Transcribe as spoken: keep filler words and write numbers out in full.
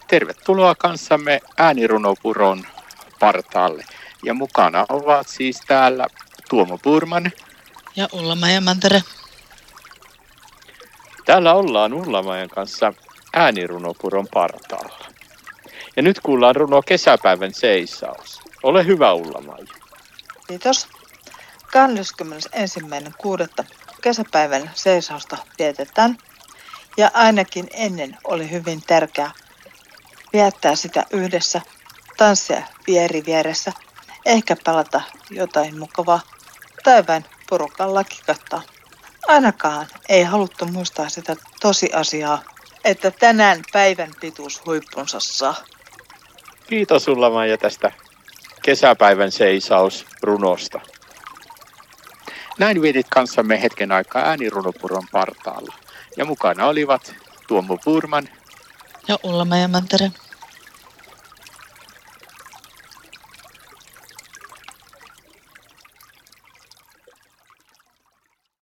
Tervetuloa kanssamme äänirunopuron partaalle. Ja mukana ovat siis täällä Tuomo Purman ja Ulla-Maija Mantere. Täällä ollaan Ulla-Maijan kanssa äänirunopuron partaalla. Ja nyt kuullaan runo Kesäpäivän seisaus. Ole hyvä, Ulla-Maija. Kiitos. kahdeskymmenesensimmäinen kuudetta kesäpäivän seisausta vietetään. Ja ainakin ennen oli hyvin tärkeää viettää sitä yhdessä, tanssia vieri vieressä, ehkä pelata jotain mukavaa tai vain porukalla kikattaa. Ainakaan ei haluttu muistaa sitä tosiasiaa, että tänään päivän pituus huippunsa saa. Kiitos Ulla-Maija tästä Kesäpäivän seisaus runosta. Näin vietit kanssamme hetken aikaa äänirunopuron partaalla. Ja mukana olivat Tuomo Purman ja Ulla-Maija Mantere.